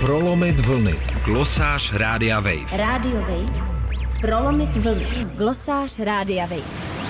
Prolomit vlny. Glosář Rádia Wave. Radio Wave. Prolomit vlny. Glosář Rádia Wave.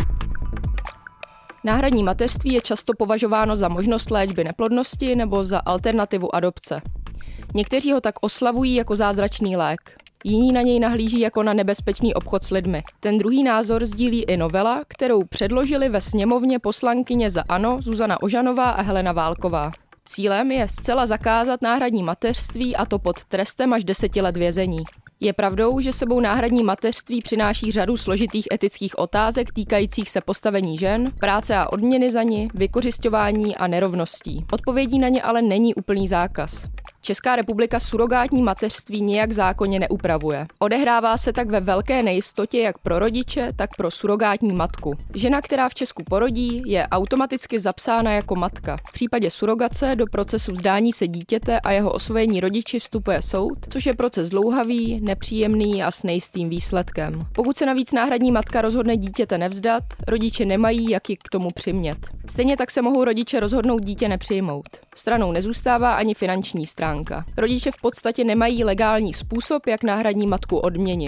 Náhradní mateřství je často považováno za možnost léčby neplodnosti nebo za alternativu adopce. Někteří ho tak oslavují jako zázračný lék. Jiní na něj nahlíží jako na nebezpečný obchod s lidmi. Ten druhý názor sdílí i novela, kterou předložili ve sněmovně poslankyně za ANO Zuzana Ožanová a Helena Válková. Cílem je zcela zakázat náhradní mateřství, a to pod trestem až 10 let vězení. Je pravdou, že sebou náhradní mateřství přináší řadu složitých etických otázek týkajících se postavení žen, práce a odměny za ni, vykořisťování a nerovností. Odpovědí na ně ale není úplný zákaz. Česká republika surogátní mateřství nijak zákonně neupravuje. Odehrává se tak ve velké nejistotě jak pro rodiče, tak pro surogátní matku. Žena, která v Česku porodí, je automaticky zapsána jako matka. V případě surogace do procesu vzdání se dítěte a jeho osvojení rodiči vstupuje soud, což je proces dlouhavý, nepříjemný a s nejistým výsledkem. Pokud se navíc náhradní matka rozhodne dítěte nevzdat, rodiče nemají, jak ji k tomu přimět. Stejně tak se mohou rodiče rozhodnout dítě nepřijmout. Stranou nezůstává ani finanční stránka. Rodiče v podstatě nemají legální způsob, jak náhradní matku odměnit.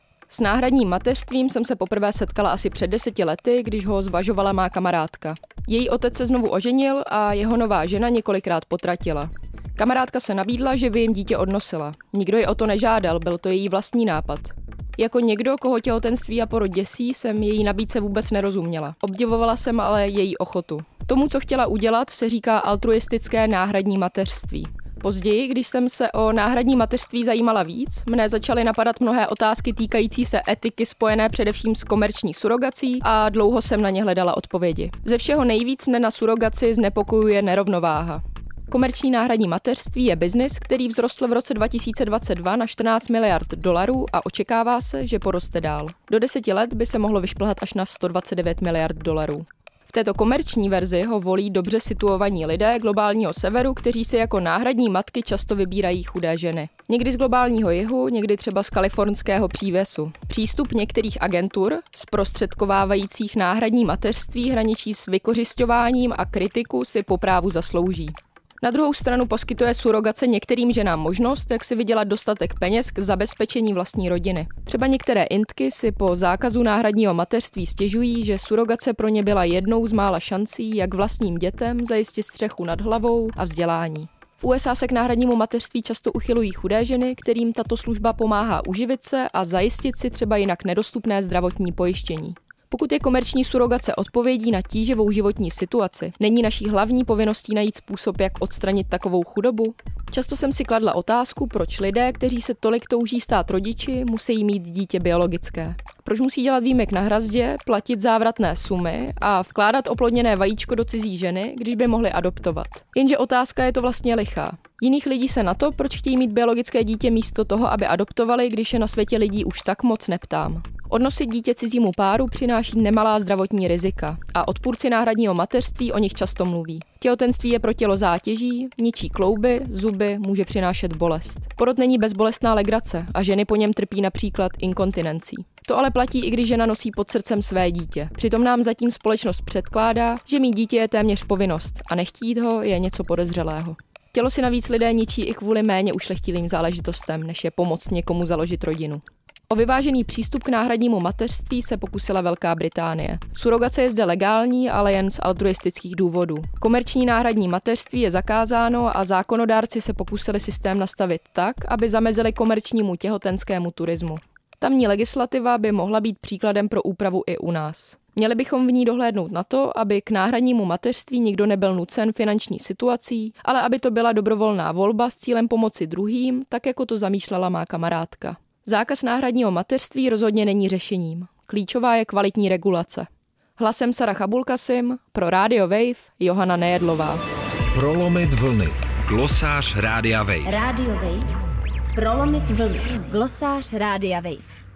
S náhradním mateřstvím jsem se poprvé setkala asi před 10 lety, když ho zvažovala má kamarádka. Její otec se znovu oženil a jeho nová žena několikrát potratila. Kamarádka se nabídla, že by jim dítě odnosila. Nikdo ji o to nežádal, byl to její vlastní nápad. Jako někdo, koho těhotenství a porod děsí, jsem její nabídce vůbec nerozuměla. Obdivovala jsem ale její ochotu. Tomu, co chtěla udělat, se říká altruistické náhradní mateřství. Později, když jsem se o náhradní mateřství zajímala víc, mne začaly napadat mnohé otázky týkající se etiky spojené především s komerční surogací a dlouho jsem na ně hledala odpovědi. Ze všeho nejvíc mne na surogaci znepokojuje nerovnováha. Komerční náhradní mateřství je biznis, který vzrostl v roce 2022 na 14 miliard dolarů a očekává se, že poroste dál. Do 10 let by se mohlo vyšplhat až na 129 miliard dolarů. V této komerční verzi ho volí dobře situovaní lidé globálního severu, kteří si jako náhradní matky často vybírají chudé ženy. Někdy z globálního jihu, někdy třeba z kalifornského přívěsu. Přístup některých agentur, zprostředkovávajících náhradní mateřství, hraničí s vykořisťováním a kritiku si po právu zaslouží. Na druhou stranu poskytuje surogace některým ženám možnost, jak si vydělat dostatek peněz k zabezpečení vlastní rodiny. Třeba některé intky si po zákazu náhradního mateřství stěžují, že surogace pro ně byla jednou z mála šancí, jak vlastním dětem zajistit střechu nad hlavou a vzdělání. V USA se k náhradnímu mateřství často uchylují chudé ženy, kterým tato služba pomáhá uživit se a zajistit si třeba jinak nedostupné zdravotní pojištění. Pokud je komerční surogace odpovědí na tíživou životní situaci, není naší hlavní povinností najít způsob, jak odstranit takovou chudobu? Často jsem si kladla otázku, proč lidé, kteří se tolik touží stát rodiči, musí mít dítě biologické. Proč musí dělat výjimek na hrazdě, platit závratné sumy a vkládat oplodněné vajíčko do cizí ženy, když by mohli adoptovat. Jenže otázka je to vlastně lichá. Jiných lidí se na to, proč chtějí mít biologické dítě místo toho, aby adoptovali, když je na světě lidí už tak moc neptám. Odnosit dítě cizímu páru přináší nemalá zdravotní rizika a odpůrci náhradního mateřství o nich často mluví. Těhotenství je pro tělo zátěží, ničí klouby, zuby, může přinášet bolest. Porod není bezbolestná legrace a ženy po něm trpí například inkontinencí. To ale platí, i když žena nosí pod srdcem své dítě. Přitom nám zatím společnost předkládá, že mít dítě je téměř povinnost a nechtít ho je něco podezřelého. Tělo si navíc lidé ničí i kvůli méně ušlechtilým záležitostem, než je pomoct někomu založit rodinu. O vyvážený přístup k náhradnímu mateřství se pokusila Velká Británie. Surogace je zde legální, ale jen z altruistických důvodů. Komerční náhradní mateřství je zakázáno a zákonodárci se pokusili systém nastavit tak, aby zamezili komerčnímu těhotenskému turismu. Tamní legislativa by mohla být příkladem pro úpravu i u nás. Měli bychom v ní dohlédnout na to, aby k náhradnímu mateřství nikdo nebyl nucen finanční situací, ale aby to byla dobrovolná volba s cílem pomoci druhým, tak jako to zamýšlela má kamarádka. Zákaz náhradního mateřství rozhodně není řešením. Klíčová je kvalitní regulace. Hlasem Sara Chabulkasim, pro Radio Wave, Johana Nejedlová. Prolomit vlny. Glosář Rádia Wave. Radio Wave. Prolomit vlny. Glosář Rádia Wave.